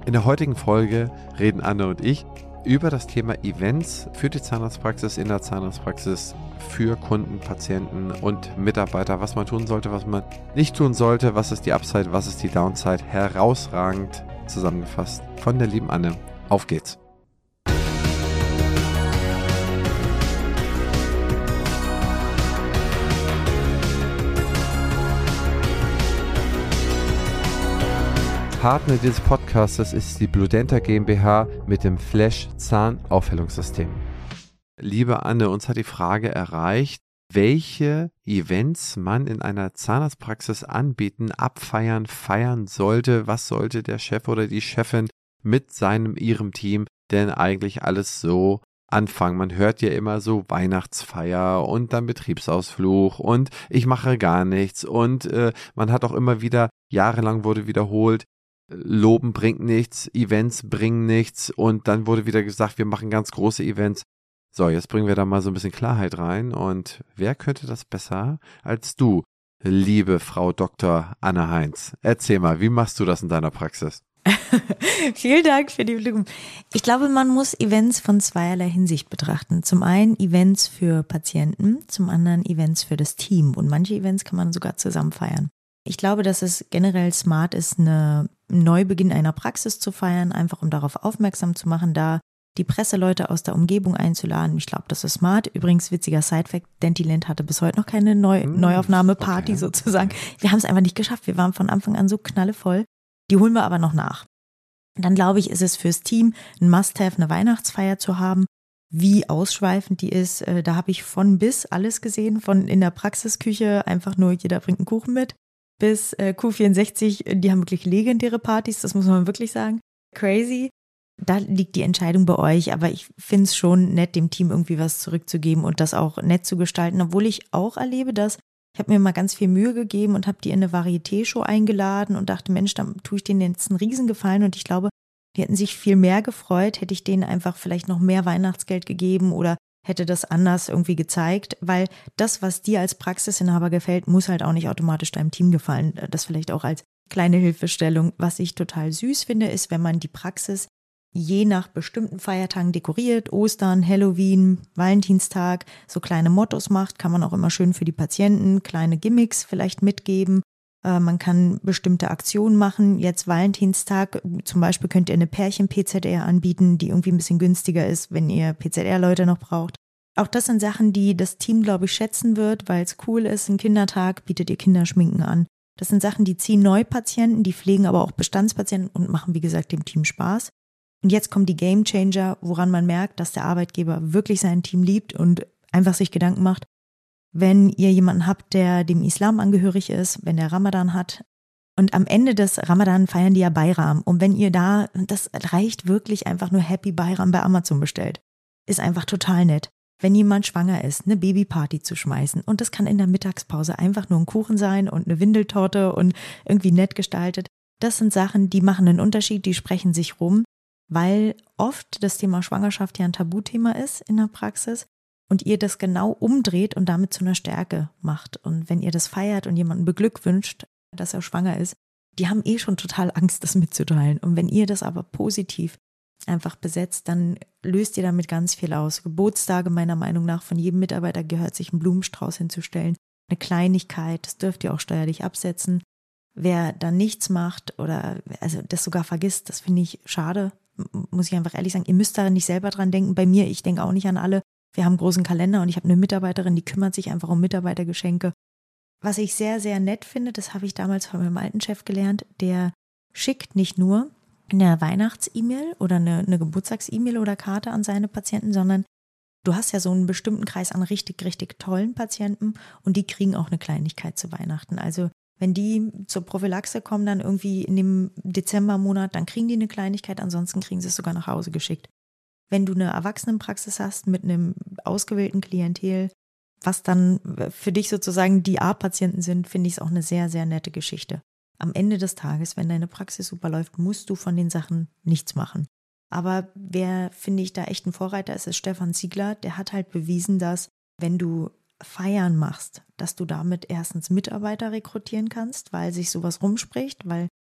In der heutigen Folge reden Anne und ich über das Thema Events für die Zahnarztpraxis, in der Zahnarztpraxis, für Kunden, Patienten und Mitarbeiter, was man tun sollte, was man nicht tun sollte, was ist die Upside, was ist die Downside, herausragend zusammengefasst von der lieben Anne. Auf geht's! Partner dieses Podcastes ist die Bludenta GmbH mit dem Flash Zahnaufhellungssystem. Liebe Anne, uns hat die Frage erreicht, welche Events man in einer Zahnarztpraxis anbieten, abfeiern, feiern sollte. Was sollte der Chef oder die Chefin mit ihrem Team denn eigentlich alles so anfangen? Man hört ja immer so Weihnachtsfeier und dann Betriebsausflug und ich mache gar nichts und man hat auch immer wieder, jahrelang wurde wiederholt, Loben bringt nichts, Events bringen nichts und dann wurde wieder gesagt, wir machen ganz große Events. So, jetzt bringen wir da mal so ein bisschen Klarheit rein und wer könnte das besser als du, liebe Frau Dr. Anne Heinz? Erzähl mal, wie machst du das in deiner Praxis? Vielen Dank für die Blumen. Ich glaube, man muss Events von zweierlei Hinsicht betrachten. Zum einen Events für Patienten, zum anderen Events für das Team und manche Events kann man sogar zusammen feiern. Ich glaube, dass es generell smart ist, einen Neubeginn einer Praxis zu feiern, einfach um darauf aufmerksam zu machen, da die Presseleute aus der Umgebung einzuladen. Ich glaube, das ist smart. Übrigens, witziger Sidefact, Dentiland hatte bis heute noch keine Neuaufnahmeparty sozusagen. Wir haben es einfach nicht geschafft. Wir waren von Anfang an so knallevoll. Die holen wir aber noch nach. Dann glaube ich, ist es fürs Team ein Must-have, eine Weihnachtsfeier zu haben. Wie ausschweifend die ist, da habe ich von bis alles gesehen. Von in der Praxisküche einfach nur, jeder bringt einen Kuchen mit, bis Q64, die haben wirklich legendäre Partys, das muss man wirklich sagen. Crazy. Da liegt die Entscheidung bei euch, aber ich finde es schon nett, dem Team irgendwie was zurückzugeben und das auch nett zu gestalten, obwohl ich auch erlebe, dass ich habe mir mal ganz viel Mühe gegeben und habe die in eine Varieté-Show eingeladen und dachte, Mensch, da tue ich denen jetzt einen Riesengefallen und ich glaube, die hätten sich viel mehr gefreut, hätte ich denen einfach vielleicht noch mehr Weihnachtsgeld gegeben oder hätte das anders irgendwie gezeigt, weil das, was dir als Praxisinhaber gefällt, muss halt auch nicht automatisch deinem Team gefallen. Das vielleicht auch als kleine Hilfestellung. Was ich total süß finde, ist, wenn man die Praxis je nach bestimmten Feiertagen dekoriert, Ostern, Halloween, Valentinstag, so kleine Mottos macht, kann man auch immer schön für die Patienten kleine Gimmicks vielleicht mitgeben. Man kann bestimmte Aktionen machen. Jetzt Valentinstag, zum Beispiel könnt ihr eine Pärchen-PZR anbieten, die irgendwie ein bisschen günstiger ist, wenn ihr PZR-Leute noch braucht. Auch das sind Sachen, die das Team, glaube ich, schätzen wird, weil es cool ist. Ein Kindertag bietet ihr Kinderschminken an. Das sind Sachen, die ziehen Neupatienten, die pflegen aber auch Bestandspatienten und machen, wie gesagt, dem Team Spaß. Und jetzt kommen die Gamechanger, woran man merkt, dass der Arbeitgeber wirklich sein Team liebt und einfach sich Gedanken macht, wenn ihr jemanden habt, der dem Islam angehörig ist, wenn der Ramadan hat. Und am Ende des Ramadan feiern die ja Bayram. Und wenn ihr da, das reicht wirklich einfach nur Happy Bayram bei Amazon bestellt. Ist einfach total nett. Wenn jemand schwanger ist, eine Babyparty zu schmeißen. Und das kann in der Mittagspause einfach nur ein Kuchen sein und eine Windeltorte und irgendwie nett gestaltet. Das sind Sachen, die machen einen Unterschied, die sprechen sich rum, weil oft das Thema Schwangerschaft ja ein Tabuthema ist in der Praxis. Und ihr das genau umdreht und damit zu einer Stärke macht. Und wenn ihr das feiert und jemanden beglückwünscht, dass er schwanger ist, die haben schon total Angst, das mitzuteilen. Und wenn ihr das aber positiv einfach besetzt, dann löst ihr damit ganz viel aus. Geburtstage meiner Meinung nach von jedem Mitarbeiter gehört, sich einen Blumenstrauß hinzustellen. Eine Kleinigkeit, das dürft ihr auch steuerlich absetzen. Wer dann nichts macht oder also das sogar vergisst, das finde ich schade, muss ich einfach ehrlich sagen. Ihr müsst da nicht selber dran denken. Bei mir, ich denke auch nicht an alle. Wir haben einen großen Kalender und ich habe eine Mitarbeiterin, die kümmert sich einfach um Mitarbeitergeschenke. Was ich sehr, sehr nett finde, das habe ich damals von meinem alten Chef gelernt, der schickt nicht nur eine Weihnachts-E-Mail oder eine Geburtstags-E-Mail oder Karte an seine Patienten, sondern du hast ja so einen bestimmten Kreis an richtig, richtig tollen Patienten und die kriegen auch eine Kleinigkeit zu Weihnachten. Also wenn die zur Prophylaxe kommen, dann irgendwie in dem Dezembermonat, dann kriegen die eine Kleinigkeit, ansonsten kriegen sie es sogar nach Hause geschickt. Wenn du eine Erwachsenenpraxis hast mit einem ausgewählten Klientel, was dann für dich sozusagen die A-Patienten sind, finde ich es auch eine sehr, sehr nette Geschichte. Am Ende des Tages, wenn deine Praxis super läuft, musst du von den Sachen nichts machen. Aber wer, finde ich, da echt ein Vorreiter ist, ist Stefan Ziegler. Der hat halt bewiesen, dass wenn du Feiern machst, dass du damit erstens Mitarbeiter rekrutieren kannst, weil sich sowas rumspricht, weil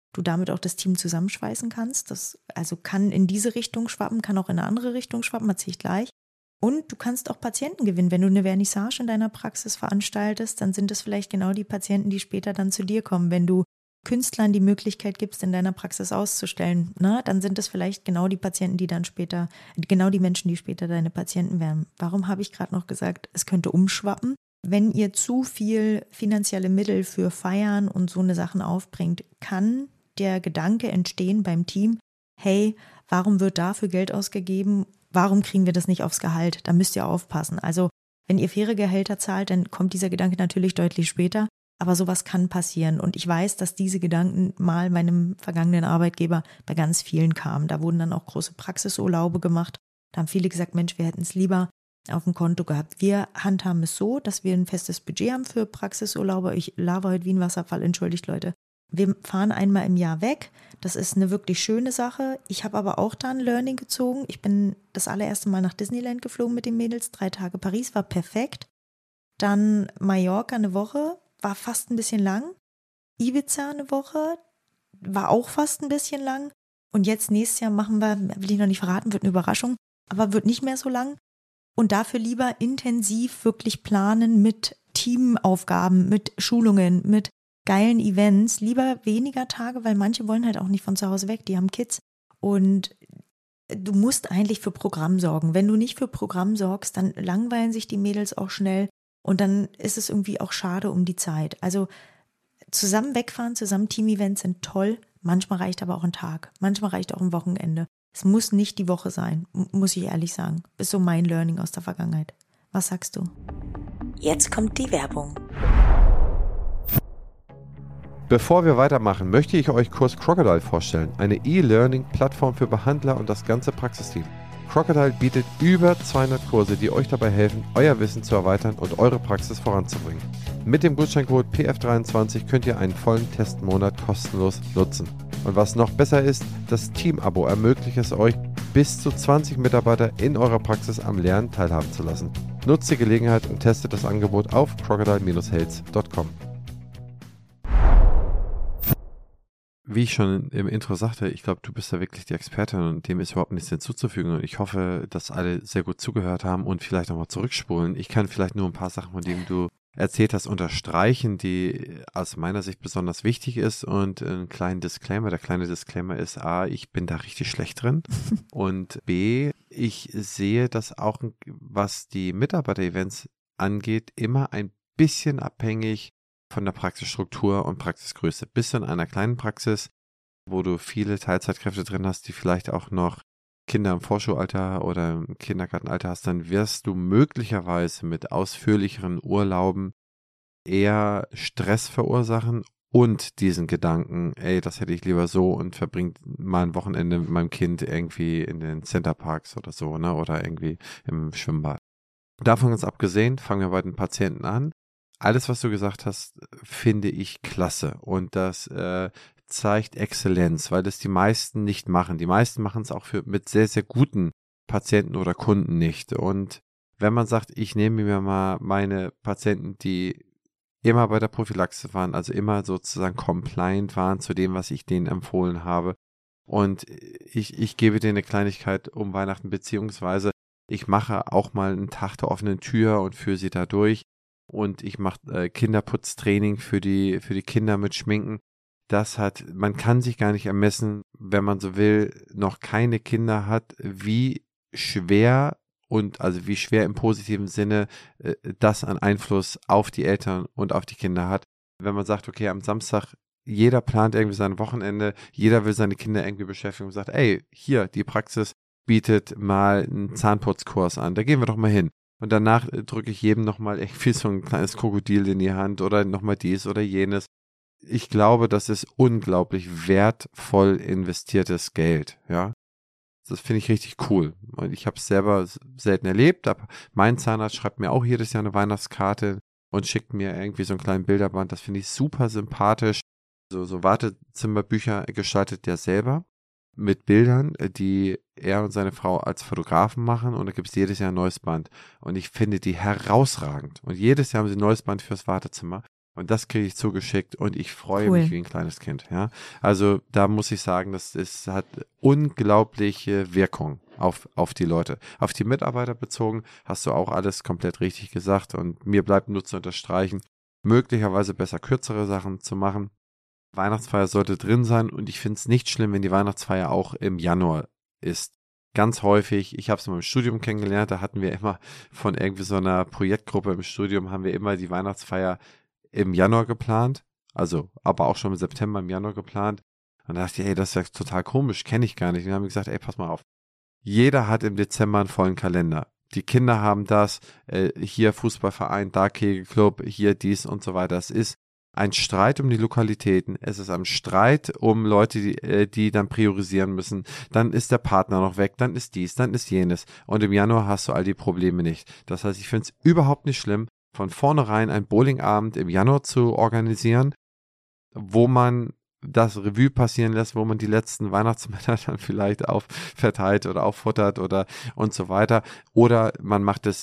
du damit auch das Team zusammenschweißen kannst. Das also kann in diese Richtung schwappen, kann auch in eine andere Richtung schwappen, erzähle ich gleich. Und du kannst auch Patienten gewinnen. Wenn du eine Vernissage in deiner Praxis veranstaltest, dann sind es vielleicht genau die Patienten, die später dann zu dir kommen. Wenn du Künstlern die Möglichkeit gibst, in deiner Praxis auszustellen, dann sind es vielleicht genau die Patienten, die dann später, genau die Menschen, die später deine Patienten werden. Warum habe ich gerade noch gesagt, es könnte umschwappen? Wenn ihr zu viel finanzielle Mittel für Feiern und so eine Sachen aufbringt, kann der Gedanke entstehen beim Team, hey, warum wird dafür Geld ausgegeben? Warum kriegen wir das nicht aufs Gehalt? Da müsst ihr aufpassen. Also wenn ihr faire Gehälter zahlt, dann kommt dieser Gedanke natürlich deutlich später. Aber sowas kann passieren. Und ich weiß, dass diese Gedanken mal meinem vergangenen Arbeitgeber bei ganz vielen kamen. Da wurden dann auch große Praxisurlaube gemacht. Da haben viele gesagt, Mensch, wir hätten es lieber auf dem Konto gehabt. Wir handhaben es so, dass wir ein festes Budget haben für Praxisurlaube. Ich laber heute wie ein Wasserfall, entschuldigt Leute. Wir fahren einmal im Jahr weg. Das ist eine wirklich schöne Sache. Ich habe aber auch da ein Learning gezogen. Ich bin das allererste Mal nach Disneyland geflogen mit den Mädels. 3 Tage Paris, war perfekt. Dann Mallorca eine Woche, war fast ein bisschen lang. Ibiza eine Woche, war auch fast ein bisschen lang. Und jetzt nächstes Jahr machen wir, will ich noch nicht verraten, wird eine Überraschung, aber wird nicht mehr so lang. Und dafür lieber intensiv wirklich planen mit Teamaufgaben, mit Schulungen, mit geilen Events. Lieber weniger Tage, weil manche wollen halt auch nicht von zu Hause weg, die haben Kids. Und du musst eigentlich für Programm sorgen. Wenn du nicht für Programm sorgst, dann langweilen sich die Mädels auch schnell. Und dann ist es irgendwie auch schade um die Zeit. Also zusammen wegfahren, zusammen Team-Events sind toll. Manchmal reicht aber auch ein Tag. Manchmal reicht auch ein Wochenende. Es muss nicht die Woche sein, muss ich ehrlich sagen. Ist so mein Learning aus der Vergangenheit. Was sagst du? Jetzt kommt die Werbung. Bevor wir weitermachen, möchte ich euch Kurs Crocodile vorstellen. Eine E-Learning-Plattform für Behandler und das ganze Praxisteam. Crocodile bietet über 200 Kurse, die euch dabei helfen, euer Wissen zu erweitern und eure Praxis voranzubringen. Mit dem Gutscheincode PF23 könnt ihr einen vollen Testmonat kostenlos nutzen. Und was noch besser ist, das Team-Abo ermöglicht es euch, bis zu 20 Mitarbeiter in eurer Praxis am Lernen teilhaben zu lassen. Nutzt die Gelegenheit und testet das Angebot auf crocodile-health.com. Wie ich schon im Intro sagte, ich glaube, du bist da wirklich die Expertin und dem ist überhaupt nichts hinzuzufügen. Und ich hoffe, dass alle sehr gut zugehört haben und vielleicht nochmal zurückspulen. Ich kann vielleicht nur ein paar Sachen, von denen du erzählt hast, unterstreichen, die aus meiner Sicht besonders wichtig ist. Und einen kleinen Disclaimer. Der kleine Disclaimer ist A, ich bin da richtig schlecht drin. Und B, ich sehe das auch, was die Mitarbeiter-Events angeht, immer ein bisschen abhängig von der Praxisstruktur und Praxisgröße. Bist du in einer kleinen Praxis, wo du viele Teilzeitkräfte drin hast, die vielleicht auch noch Kinder im Vorschulalter oder im Kindergartenalter hast, dann wirst du möglicherweise mit ausführlicheren Urlauben eher Stress verursachen und diesen Gedanken, ey, das hätte ich lieber so und verbringt mal ein Wochenende mit meinem Kind irgendwie in den Centerparks oder so, ne, oder irgendwie im Schwimmbad. Davon ganz abgesehen, fangen wir bei den Patienten an. Alles, was du gesagt hast, finde ich klasse und das zeigt Exzellenz, weil das die meisten nicht machen. Die meisten machen es auch mit sehr, sehr guten Patienten oder Kunden nicht. Und wenn man sagt, ich nehme mir mal meine Patienten, die immer bei der Prophylaxe waren, also immer sozusagen compliant waren zu dem, was ich denen empfohlen habe und ich gebe denen eine Kleinigkeit um Weihnachten, beziehungsweise ich mache auch mal einen Tag der offenen Tür und führe sie da durch. Und ich mache Kinderputztraining für die Kinder mit Schminken. Man kann sich gar nicht ermessen, wenn man so will, noch keine Kinder hat, wie schwer im positiven Sinne das an Einfluss auf die Eltern und auf die Kinder hat. Wenn man sagt, okay, am Samstag, jeder plant irgendwie sein Wochenende, jeder will seine Kinder irgendwie beschäftigen und sagt, ey, hier, die Praxis bietet mal einen Zahnputzkurs an, da gehen wir doch mal hin. Und danach drücke ich jedem nochmal irgendwie so ein kleines Krokodil in die Hand oder nochmal dies oder jenes. Ich glaube, das ist unglaublich wertvoll investiertes Geld, ja. Das finde ich richtig cool. Und ich habe es selber selten erlebt, aber mein Zahnarzt schreibt mir auch jedes Jahr eine Weihnachtskarte und schickt mir irgendwie so einen kleinen Bilderband. Das finde ich super sympathisch. So Wartezimmerbücher gestaltet der selber mit Bildern, die er und seine Frau als Fotografen machen, und da gibt es jedes Jahr ein neues Band und ich finde die herausragend und jedes Jahr haben sie ein neues Band fürs Wartezimmer Und das kriege ich zugeschickt und ich freue mich wie ein kleines Kind. Ja? Also da muss ich sagen, hat unglaubliche Wirkung auf die Leute. Auf die Mitarbeiter bezogen hast du auch alles komplett richtig gesagt und mir bleibt nur zu unterstreichen, möglicherweise besser kürzere Sachen zu machen. Weihnachtsfeier sollte drin sein und ich finde es nicht schlimm, wenn die Weihnachtsfeier auch im Januar ist. Ganz häufig, ich habe es in meinem Studium kennengelernt, da hatten wir immer von irgendwie so einer Projektgruppe im Studium, haben wir immer die Weihnachtsfeier im Januar geplant, also aber auch schon im September, im Januar geplant. Und da dachte ich, ey, das ist ja total komisch, kenne ich gar nicht. Und dann haben wir gesagt, ey, pass mal auf. Jeder hat im Dezember einen vollen Kalender. Die Kinder haben das, hier Fußballverein, da Kegelclub, hier dies und so weiter. Es ist ein Streit um die Lokalitäten, es ist ein Streit um Leute, die dann priorisieren müssen. Dann ist der Partner noch weg, dann ist dies, dann ist jenes. Und im Januar hast du all die Probleme nicht. Das heißt, ich finde es überhaupt nicht schlimm, von vornherein einen Bowlingabend im Januar zu organisieren, wo man das Revue passieren lässt, wo man die letzten Weihnachtsmänner dann vielleicht verteilt oder auffuttert oder und so weiter. Oder man macht es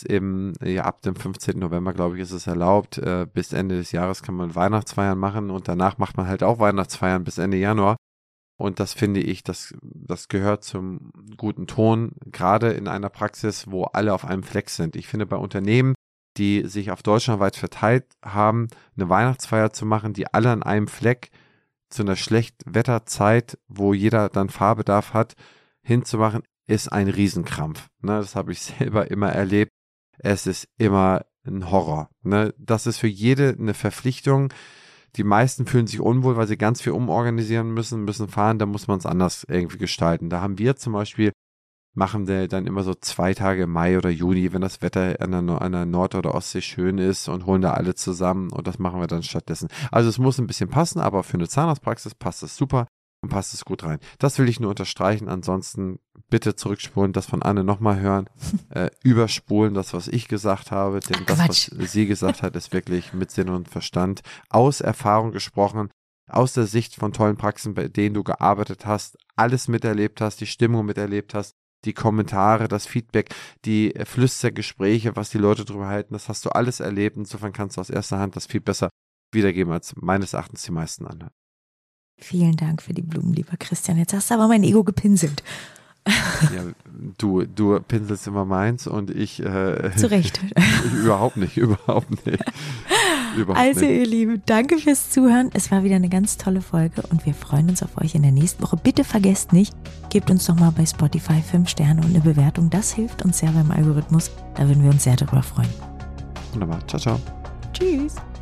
ab dem 15. November, glaube ich, ist es erlaubt. Bis Ende des Jahres kann man Weihnachtsfeiern machen und danach macht man halt auch Weihnachtsfeiern bis Ende Januar. Und das finde ich, das gehört zum guten Ton, gerade in einer Praxis, wo alle auf einem Fleck sind. Ich finde, bei Unternehmen, die sich auf deutschlandweit verteilt haben, eine Weihnachtsfeier zu machen, die alle an einem Fleck zu einer Schlechtwetterzeit, wo jeder dann Fahrbedarf hat, hinzumachen, ist ein Riesenkrampf. Ne, das habe ich selber immer erlebt. Es ist immer ein Horror. Ne, das ist für jede eine Verpflichtung. Die meisten fühlen sich unwohl, weil sie ganz viel umorganisieren müssen fahren. Da muss man es anders irgendwie gestalten. Da haben wir zum Beispiel, machen wir dann immer so 2 Tage im Mai oder Juni, wenn das Wetter an der Nord- oder Ostsee schön ist und holen da alle zusammen und das machen wir dann stattdessen. Also es muss ein bisschen passen, aber für eine Zahnarztpraxis passt es super und passt es gut rein. Das will ich nur unterstreichen, ansonsten bitte zurückspulen, das von Anne nochmal hören, überspulen, das, was ich gesagt habe, denn das, was sie gesagt hat, ist wirklich mit Sinn und Verstand, aus Erfahrung gesprochen, aus der Sicht von tollen Praxen, bei denen du gearbeitet hast, alles miterlebt hast, die Stimmung miterlebt hast, die Kommentare, das Feedback, die Flüstergespräche, was die Leute drüber halten, das hast du alles erlebt. Insofern kannst du aus erster Hand das viel besser wiedergeben, als meines Erachtens die meisten anderen. Vielen Dank für die Blumen, lieber Christian. Jetzt hast du aber mein Ego gepinselt. Ja, du pinselst immer meins und ich zu Recht. überhaupt nicht. Also ihr Lieben, danke fürs Zuhören. Es war wieder eine ganz tolle Folge und wir freuen uns auf euch in der nächsten Woche. Bitte vergesst nicht, gebt uns doch mal bei Spotify 5 Sterne und eine Bewertung. Das hilft uns sehr beim Algorithmus. Da würden wir uns sehr darüber freuen. Wunderbar. Ciao, ciao. Tschüss.